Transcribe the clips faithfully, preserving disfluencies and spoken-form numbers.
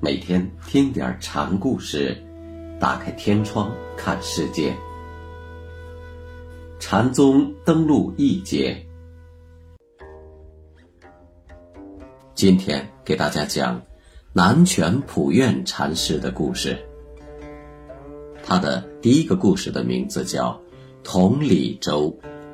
每天听点禅故事，打开天窗看世界。禅宗登陆一节，今天给大家讲南泉普愿禅师的故事。他的第一个故事的名字叫同里舟。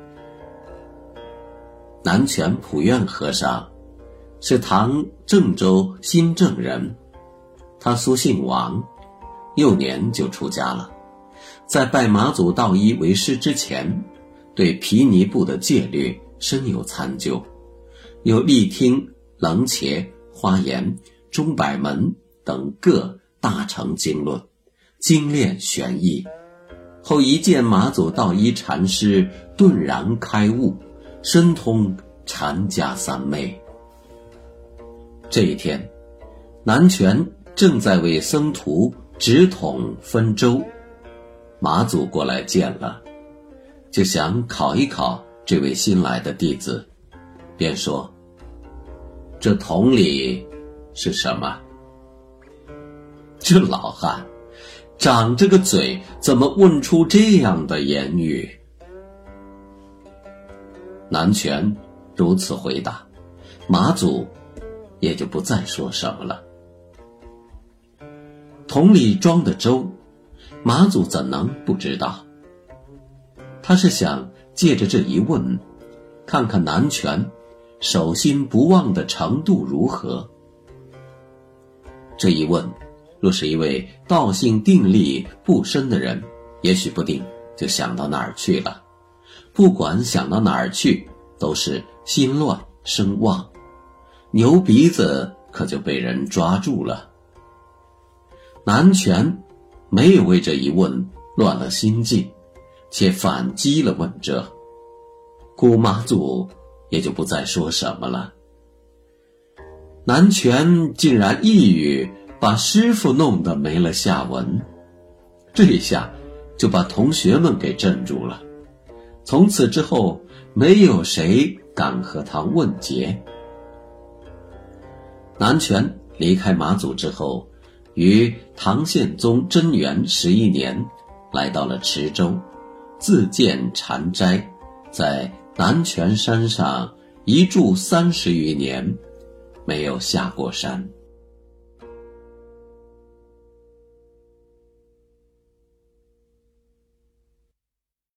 南泉普愿和尚是唐郑州新郑人，他苏姓王，幼年就出家了。在拜马祖道一为师之前，对毗尼部的戒律深有参究，又力听楞伽、华严、中百门等各大乘经论，精炼玄义。后一见马祖道一禅师，顿然开悟，深通禅家三昧。这一天，南泉正在为僧徒直统分粥，马祖过来见了，就想考一考这位新来的弟子，便说：这桶里是什么？这老汉长着个嘴，怎么问出这样的言语？南泉如此回答，马祖也就不再说什么了。桶里装的粥，马祖怎能不知道？他是想借着这一问，看看南泉守心不忘的程度如何。这一问，若是一位道性定力不深的人，也许不定就想到哪儿去了。不管想到哪儿去，都是心乱生妄，牛鼻子可就被人抓住了。南泉没有为这一问乱了心境，且反击了问者，故马祖也就不再说什么了。南泉竟然一语把师父弄得没了下文，这一下就把同学们给镇住了。从此之后，没有谁敢和他问诘。南泉离开马祖之后，于唐宪宗贞元十一年来到了池州，自建禅斋，在南泉山上一住三十余年，没有下过山。